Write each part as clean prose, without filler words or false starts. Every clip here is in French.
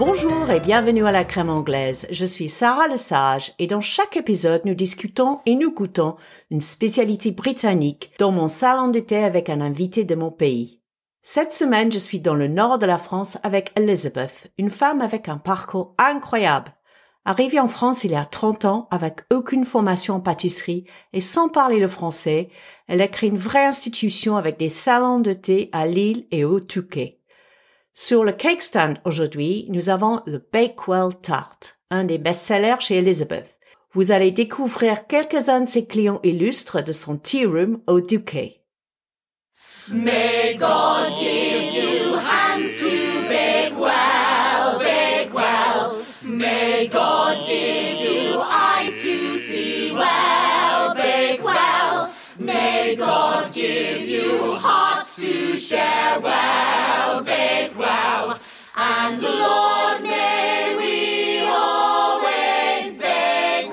Bonjour et bienvenue à la crème anglaise. Je suis Sarah Lesage et dans chaque épisode, nous discutons et nous goûtons une spécialité britannique dans mon salon de thé avec un invité de mon pays. Cette semaine, je suis dans le nord de la France avec Elizabeth, une femme avec un parcours incroyable. Arrivée en France il y a 30 ans avec aucune formation en pâtisserie et sans parler le français, elle a créé une vraie institution avec des salons de thé à Lille et au Touquet. Sur le cake stand aujourd'hui, nous avons le Bakewell Tart, un des best-sellers chez Elizabeth. Vous allez découvrir quelques-uns de ses clients illustres de son tea room au Touquet. May God give you hands to bake well, bake well. May God give you eyes to see well, bake well. May God give you hearts to share well, bake well. And Lord, may we always bake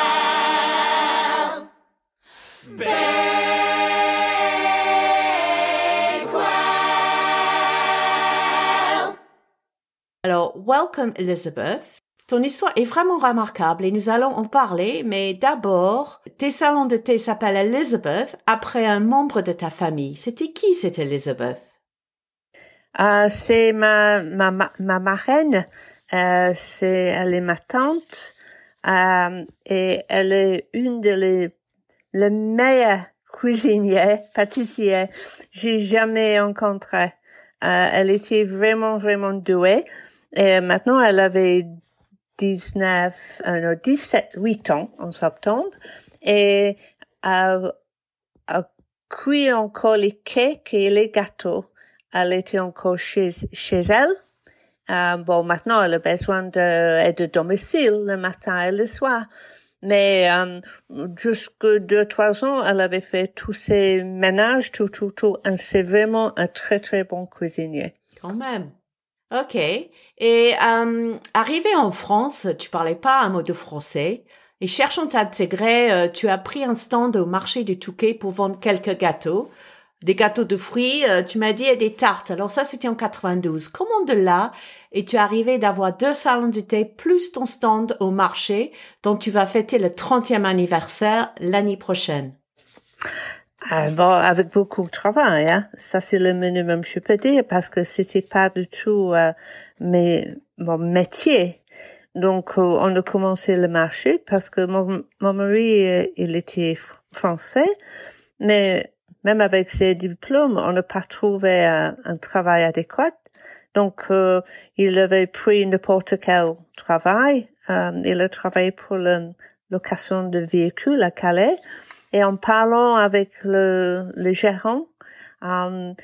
well. Alors, welcome Elizabeth. Ton histoire est vraiment remarquable et nous allons en parler, mais d'abord, tes salons de thé s'appellent Elizabeth après un membre de ta famille. C'était qui cette Elizabeth? C'est ma marraine, elle est ma tante, et elle est une les meilleures cuisinières, pâtissières j'ai jamais rencontré. Elle était vraiment douée. Et maintenant, elle avait 8 ans en septembre. Et elle cuit encore les cakes et les gâteaux. Elle était encore chez elle. Maintenant, elle a besoin de domicile le matin et le soir. Mais jusque 2-3 ans, elle avait fait tous ses ménages, tout. C'est vraiment un très bon cuisinier. Quand même. Ok. Et arrivé en France, tu parlais pas un mot de français. Et cherchant à t'intégrer, tu as pris un stand au marché du Touquet pour vendre quelques gâteaux. Des gâteaux de fruits, tu m'as dit, et des tartes. Alors ça, c'était en 92. Comment de là es-tu arrivé d'avoir 2 salons de thé plus ton stand au marché dont tu vas fêter le 30e anniversaire l'année prochaine? Avec beaucoup de travail, hein. Ça, c'est le minimum, je peux dire, parce que c'était pas du tout mon métier. Donc, on a commencé le marché parce que mon mari, il était français, mais même avec ses diplômes, on n'a pas trouvé un travail adéquat. Donc, il avait pris n'importe quel travail. Il a travaillé pour la location de véhicules à Calais. Et en parlant avec le gérant, il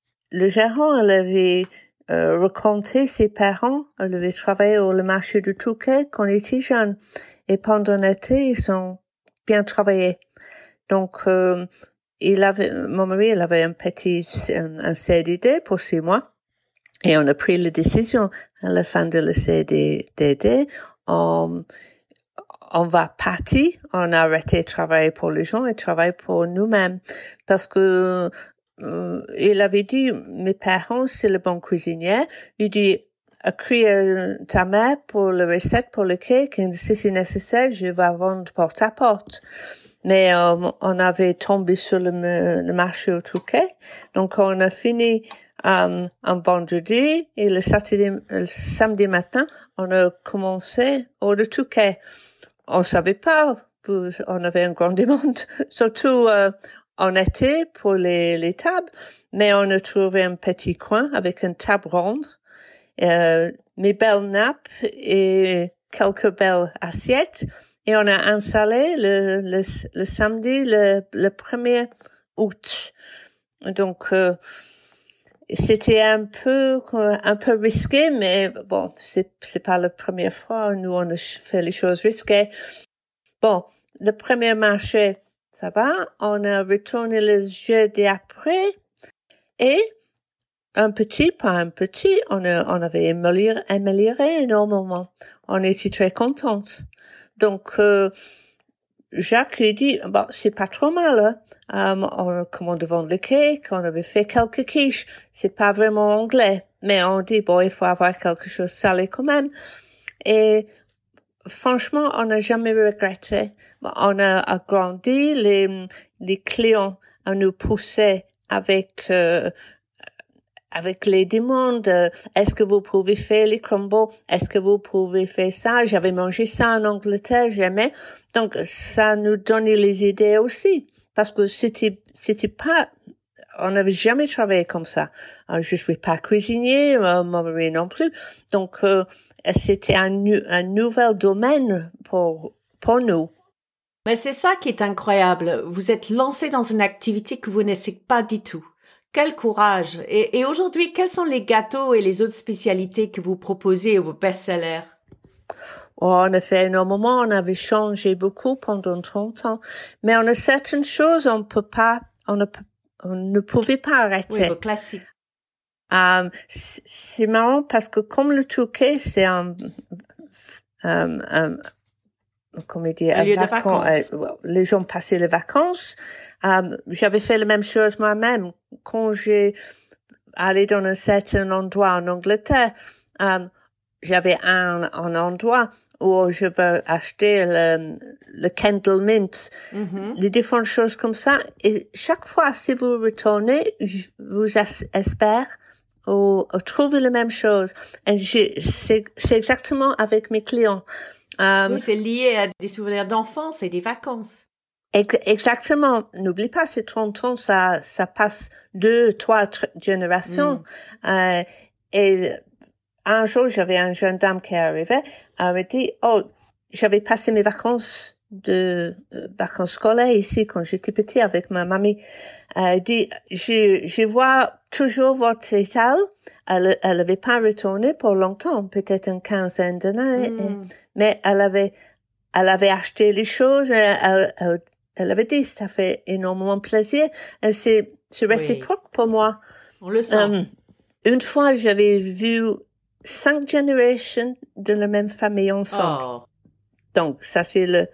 avait raconté ses parents. Il avait travaillé au marché du Touquet quand il était jeune. Et pendant l'été, ils ont bien travaillé. Donc, mon mari, il avait un CDD pour 6 mois. Et on a pris la décision à la fin de la CDD, on va partir, on a arrêté de travailler pour les gens et travailler pour nous-mêmes. Parce que, il avait dit, mes parents, c'est le bon cuisinier. Il dit, écris ta mère pour la recette pour le cake, et si c'est nécessaire, je vais vendre porte à porte. Mais, on avait tombé sur le marché au Touquet. Donc, on a fini, un vendredi et le samedi matin, on a commencé au Touquet. On savait pas, on avait une grande demande, surtout en été pour les tables, mais on a trouvé un petit coin avec une table ronde, mes belles nappes et quelques belles assiettes, et on a installé le samedi le 1er août. Donc c'était un peu risqué, mais bon, c'est pas la première fois. Nous, on a fait les choses risquées. Bon, le premier marché, ça va. On a retourné le jeudi après. Et pas un petit, on avait amélioré énormément. On était très contentes. Donc, Jacques lui dit, bon, c'est pas trop mal, hein. On commande vendre le cake, on avait fait quelques quiches. C'est pas vraiment anglais. mais on dit, bon, il faut avoir quelque chose salé quand même. Et franchement, on n'a jamais regretté. On a agrandi, les clients nous poussaient avec les demandes, est-ce que vous pouvez faire les crumbles? Est-ce que vous pouvez faire ça? J'avais mangé ça en Angleterre, j'aimais. Donc, ça nous donnait les idées aussi. Parce que c'était pas, on n'avait jamais travaillé comme ça. Je suis pas cuisinier, mon mari non plus. Donc, c'était un nouvel domaine pour nous. Mais c'est ça qui est incroyable. Vous êtes lancé dans une activité que vous ne connaissez pas du tout. Quel courage! Et aujourd'hui, quels sont les gâteaux et les autres spécialités que vous proposez à vos best-sellers? Oh, on a fait énormément, on avait changé beaucoup pendant 30 ans. Mais on a certaines choses, on ne pouvait pas arrêter. Oui, vos classiques. C'est marrant parce que comme le Touquet, c'est comment dire, un lieu de vacances. Les gens passaient les vacances. J'avais fait la même chose moi-même. Quand j'ai allé dans un certain endroit en Angleterre, j'avais un endroit où je peux acheter le Kendall Mint, les différentes choses comme ça. Et chaque fois, si vous retournez, je vous espère ou trouver la même chose. Et c'est exactement avec mes clients. Oui, c'est lié à des souvenirs d'enfance et des vacances. Exactement. N'oublie pas, c'est 30 ans, ça passe 2, 3 générations. Et un jour, j'avais une jeune dame qui arrivait, elle m'a dit, oh, j'avais passé mes vacances vacances scolaires ici quand j'étais petit avec ma mamie. Elle dit, je vois toujours votre étal. Elle avait pas retourné pour longtemps, peut-être une quinzaine d'années, mais elle avait acheté les choses, elle avait dit, ça fait énormément plaisir, et c'est réciproque pour moi. On le sent. Une fois, j'avais vu 5 générations de la même famille ensemble. Oh. Donc, ça c'est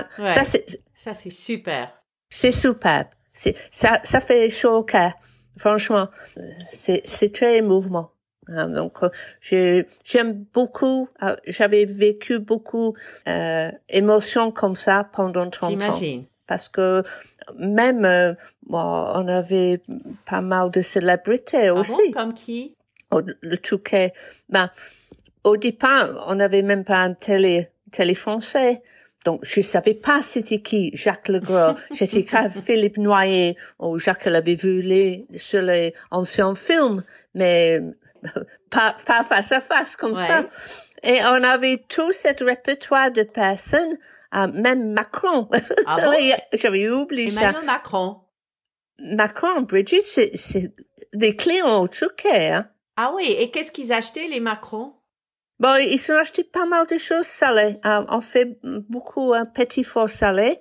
ça c'est super. C'est superbe. Ça fait chaud au cœur. Franchement, c'est très émouvant. Donc, j'aime beaucoup, j'avais vécu beaucoup, émotions comme ça pendant 30 ans. J'imagine. Parce que même, on avait pas mal de célébrités aussi. Bon, comme qui? Le Touquet. Au départ, on n'avait même pas un télé français. Donc, je savais pas c'était qui, Jacques Legros. J'étais qu'à Philippe Noyer, ou Jacques l'avait vu sur les anciens films, mais pas face à face comme ça. Et on avait tout cet répertoire de personnes, même Macron. Ah bon? J'avais oublié ça. Emmanuel Macron. Macron, Brigitte, c'est des clients au Touquet, hein. Ah oui, et qu'est-ce qu'ils achetaient, les Macron? Bon, ils ont acheté pas mal de choses salées. On fait beaucoup un petit four salé.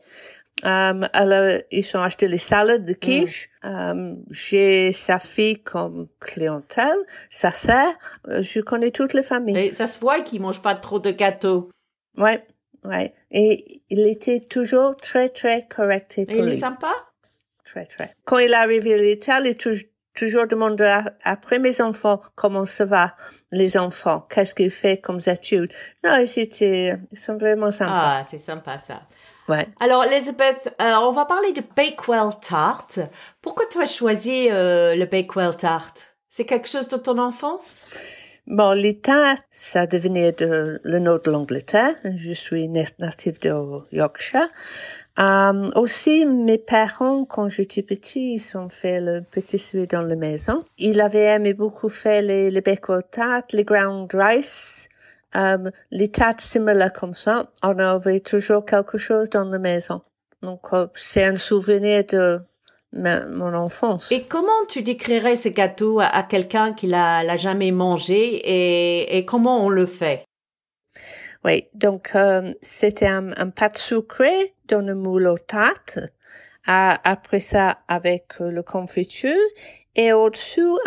Ils ont acheté les salades de quiche. J'ai sa fille comme clientèle, sa sœur. Je connais toutes les familles. Et ça se voit qu'ils mangent pas trop de gâteaux. Ouais. Et il était toujours très, très correct et poli. Et il est sympa? Très, très. Quand il est arrivé à l'Italie, toujours demandé après mes enfants comment ça va, les enfants, qu'est-ce qu'ils font comme études. Non, ils sont vraiment sympas. Ah, c'est sympa ça. Ouais. Alors, Elizabeth, on va parler de Bakewell Tart. Pourquoi tu as choisi le Bakewell Tart? C'est quelque chose de ton enfance? Bon, l'État, ça devenait le nord de l'Angleterre. Je suis native de Yorkshire. Aussi, mes parents, quand j'étais petit, ils ont fait le pâtisserie dans la maison. Ils avaient aimé beaucoup faire les Bakewell Tart, les ground rice, les tartes similaires comme ça. On avait toujours quelque chose dans la maison. Donc, c'est un souvenir de mon enfance. Et comment tu décrirais ce gâteau à quelqu'un qui l'a jamais mangé et comment on le fait? Oui, donc c'était un pâte sucrée dans le moule aux tartes. Après ça, avec le confiture et au-dessus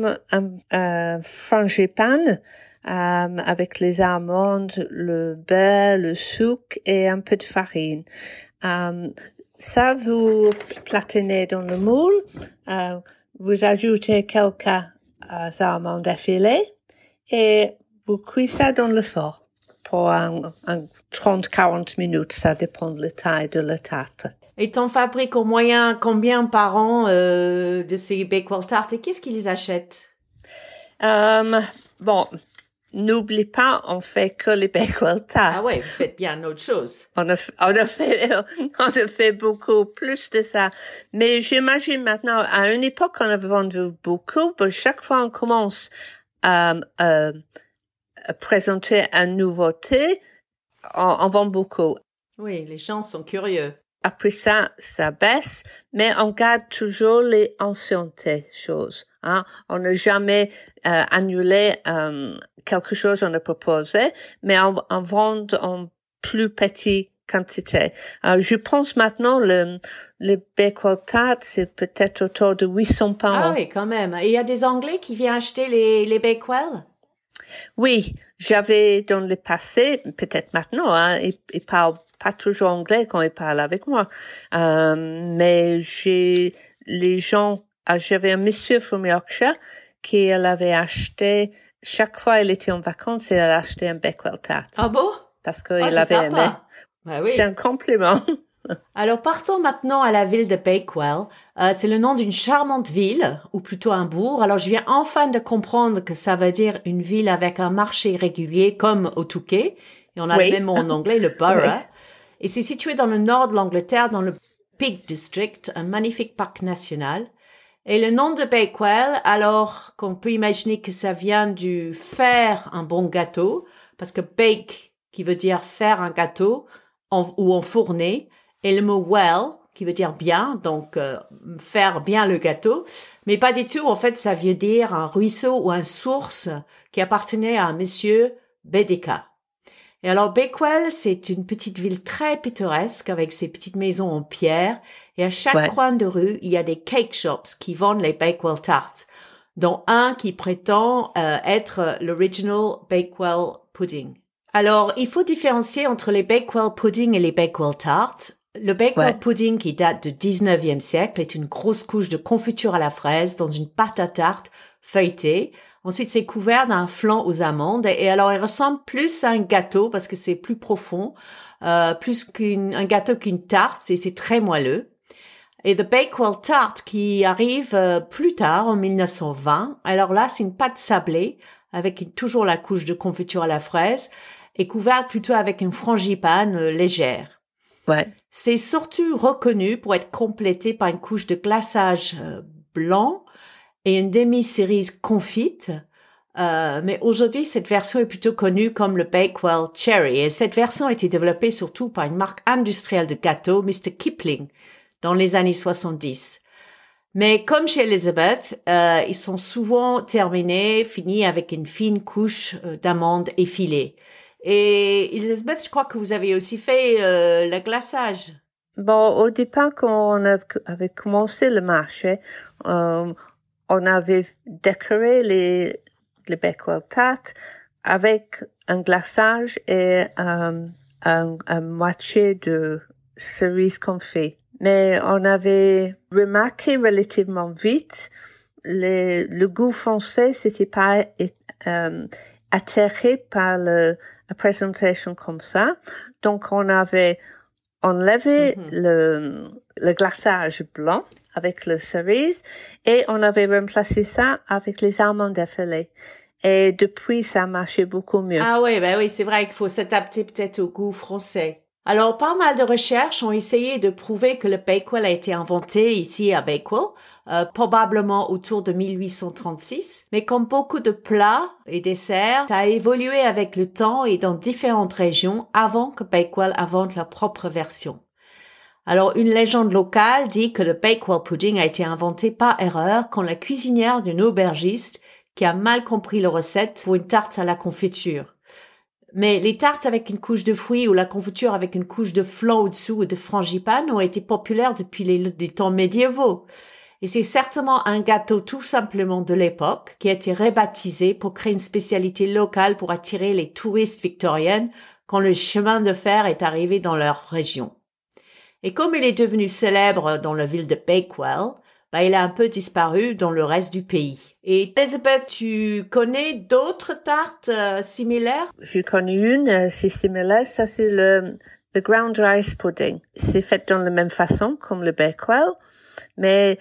un frangipane avec les amandes, le beurre, le sucre et un peu de farine. Ça, vous platinez dans le moule. Vous ajoutez quelques amandes effilées et vous cuisez ça dans le four pour un 30-40 minutes, ça dépend de la taille de la tarte. Et t'en fabriques au moyen combien par an de ces Bakewell tartes et qu'est-ce qu'ils achètent? Bon, n'oublie pas, on fait que les Bakewell tartes. Ah ouais, vous faites bien autre chose. On a fait beaucoup plus de ça. Mais j'imagine maintenant, à une époque, on a vendu beaucoup, mais chaque fois on commence à présenter une nouveauté, on vend beaucoup. Oui, les gens sont curieux. Après ça, ça baisse, mais on garde toujours les anciennetés choses. Hein. On n'a jamais annulé quelque chose qu'on a proposé, mais on vend en plus petite quantité. Je pense maintenant le Bakewell tart, c'est peut-être autour de 800 par an. Ah oui, quand même. Et il y a des Anglais qui viennent acheter les Bakewell? Oui, j'avais dans le passé, peut-être maintenant, hein, ils parlent pas toujours anglais quand ils parlent avec moi, mais j'avais un monsieur from Yorkshire qui avait acheté, chaque fois il était en vacances, il a acheté un Bakewell tart. Ah bon? Parce qu'il avait aimé. Bah oui. C'est un compliment. Alors partons maintenant à la ville de Bakewell. C'est le nom d'une charmante ville, ou plutôt un bourg. Alors je viens enfin de comprendre que ça veut dire une ville avec un marché régulier comme au Touquet. Et on a le même mot en anglais, le borough. Oui. Et c'est situé dans le nord de l'Angleterre, dans le Peak District, un magnifique parc national. Et le nom de Bakewell, alors qu'on peut imaginer que ça vient du faire un bon gâteau, parce que bake, qui veut dire faire un gâteau, ou enfourner, et le mot well, qui veut dire bien, donc faire bien le gâteau, mais pas du tout, en fait, ça veut dire un ruisseau ou une source qui appartenait à un monsieur Bédéka. Et alors, Bakewell, c'est une petite ville très pittoresque avec ses petites maisons en pierre. Et à chaque coin de rue, il y a des cake shops qui vendent les Bakewell tartes, dont un qui prétend être l'original Bakewell pudding. Alors, il faut différencier entre les Bakewell pudding et les Bakewell tartes. Le Bakewell pudding, qui date du 19e siècle, est une grosse couche de confiture à la fraise dans une pâte à tarte feuilletée. Ensuite, c'est couvert d'un flan aux amandes. Et alors, il ressemble plus à un gâteau parce que c'est plus profond, plus un gâteau qu'une tarte, et c'est très moelleux. Et the Bakewell tart qui arrive plus tard, en 1920. Alors là, c'est une pâte sablée avec toujours la couche de confiture à la fraise et couverte plutôt avec une frangipane légère. Ouais. C'est surtout reconnu pour être complété par une couche de glaçage blanc et une demi-cerise confite. Mais aujourd'hui, cette version est plutôt connue comme le Bakewell Cherry. Et cette version a été développée surtout par une marque industrielle de gâteaux, Mr. Kipling, dans les années 70. Mais comme chez Elizabeth, ils sont souvent finis avec une fine couche d'amandes effilées. Et Elizabeth, je crois que vous avez aussi fait le glaçage. Bon, au départ, quand on avait commencé le marché, on avait décoré les Bakewell tartes avec un glaçage et un moitié de cerise confit. Mais on avait remarqué relativement vite le goût français, c'était pas attiré par la présentation comme ça. Donc on avait enlevé le glaçage blanc avec le cerise et on avait remplacé ça avec les amandes effilées. Et depuis, ça marchait beaucoup mieux. Ah oui, ben oui, c'est vrai qu'il faut s'adapter peut-être au goût français. Alors, pas mal de recherches ont essayé de prouver que le Bakewell a été inventé ici à Bakewell, probablement autour de 1836. Mais comme beaucoup de plats et desserts, ça a évolué avec le temps et dans différentes régions avant que Bakewell invente leur propre version. Alors, une légende locale dit que le Bakewell pudding a été inventé par erreur quand la cuisinière d'une aubergiste qui a mal compris la recette pour une tarte à la confiture. Mais les tartes avec une couche de fruits ou la confiture avec une couche de flan au-dessous ou de frangipane ont été populaires depuis les temps médiévaux. Et c'est certainement un gâteau tout simplement de l'époque qui a été rebaptisé pour créer une spécialité locale pour attirer les touristes victoriennes quand le chemin de fer est arrivé dans leur région. Et comme il est devenu célèbre dans la ville de Bakewell, il a un peu disparu dans le reste du pays. Et Elizabeth, tu connais d'autres tartes similaires? J'ai connu une, c'est similaire, ça c'est le ground rice pudding. C'est fait dans la même façon comme le Bakewell, mais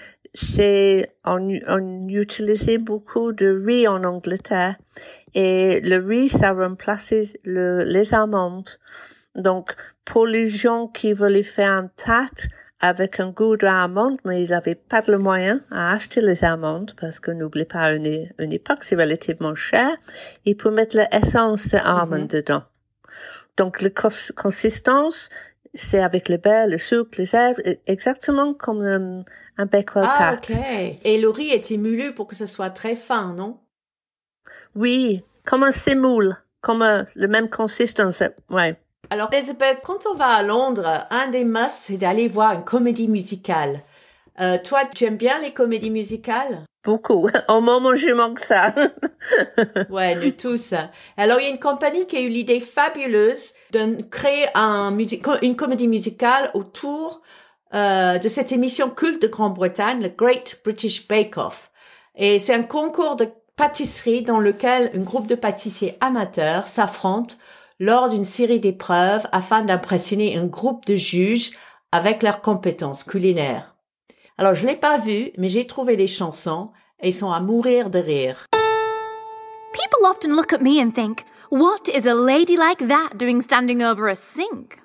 on utilisait beaucoup de riz en Angleterre. Et le riz, ça remplaçait les amandes. Donc, pour les gens qui voulaient faire une tarte avec un goût d'amande, mais ils n'avaient pas de moyen à acheter les amandes, parce que n'oubliez pas, une époque, c'est relativement cher, ils pouvaient mettre l'essence d'amande dedans. Donc, la consistance, c'est avec le beurre, le sucre, les herbes, exactement comme un Bakewell tart. Ah, ok. Et le riz était moulu pour que ce soit très fin, non? Oui, comme un semoule, comme le même consistance, ouais. Alors, Elizabeth, quand on va à Londres, un des musts, c'est d'aller voir une comédie musicale. Toi, tu aimes bien les comédies musicales? Beaucoup. Au moment, je manque ça. Ouais, nous tous. Alors, il y a une compagnie qui a eu l'idée fabuleuse de créer une comédie musicale autour de cette émission culte de Grande-Bretagne, le Great British Bake Off. Et c'est un concours de pâtisserie dans lequel un groupe de pâtissiers amateurs s'affrontent lors d'une série d'épreuves afin d'impressionner un groupe de juges avec leurs compétences culinaires. Alors, je l'ai pas vu, mais j'ai trouvé les chansons et ils sont à mourir de rire. People often look at me and think, what is a lady like that doing standing over a sink?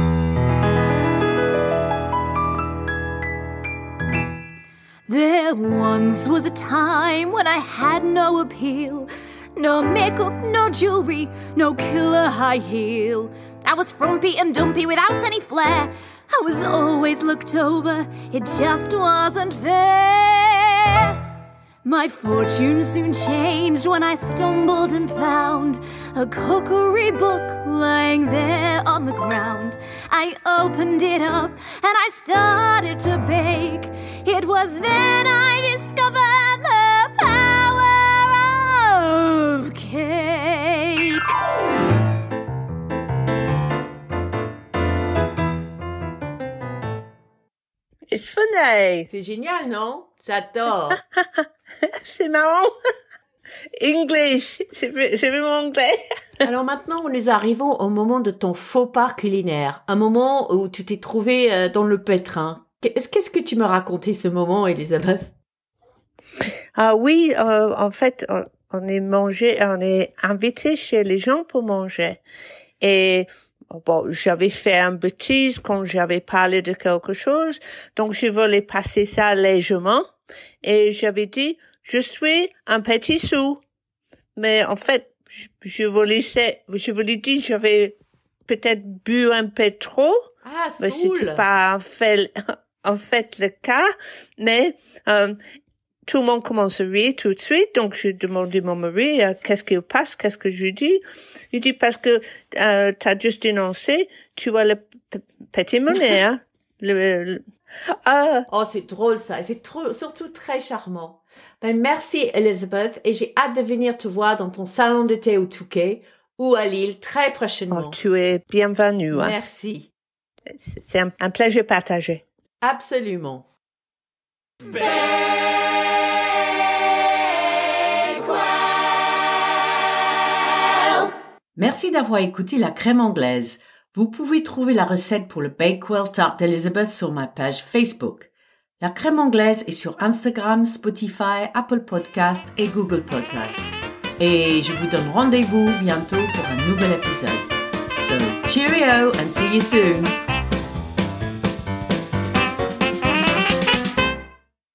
There once was a time when I had no appeal. No makeup, no jewelry, no killer high heel. I was frumpy and dumpy without any flair. I was always looked over, it just wasn't fair. My fortune soon changed when I stumbled and found a cookery book lying there on the ground. I opened it up and I started to bake. It was then I discovered the power of cake. It's funny. C'est génial, non? J'adore. C'est marrant. English. C'est vraiment anglais. Alors maintenant, nous arrivons au moment de ton faux pas culinaire. Un moment où tu t'es trouvé dans le pétrin. Qu'est-ce que tu me racontais ce moment, Elisabeth? Ah oui, en fait, on est invité chez les gens pour manger. Et bon, j'avais fait une bêtise quand j'avais parlé de quelque chose, donc je voulais passer ça légèrement. Et j'avais dit, je suis un petit sou. Mais en fait, je voulais dire, j'avais peut-être bu un peu trop. Ah, mais saoul. c'était pas en fait le cas. Mais tout le monde commence à rire tout de suite. Donc je demandais à mon mari, qu'est-ce qui passe, qu'est-ce que je dis? Il dit, parce que t'as juste dénoncé, tu as le petit monnaie, hein. Oh, c'est drôle ça. C'est surtout très charmant. Ben, merci Elizabeth et j'ai hâte de venir te voir dans ton salon de thé au Touquet ou à Lille très prochainement. Oh, tu es bienvenue. Hein. Merci. C'est un plaisir partagé. Absolument. Merci d'avoir écouté la crème anglaise. Vous pouvez trouver la recette pour le Bakewell tart d'Elizabeth sur ma page Facebook. La crème anglaise est sur Instagram, Spotify, Apple Podcast et Google Podcast. Et je vous donne rendez-vous bientôt pour un nouvel épisode. So, cheerio and see you soon!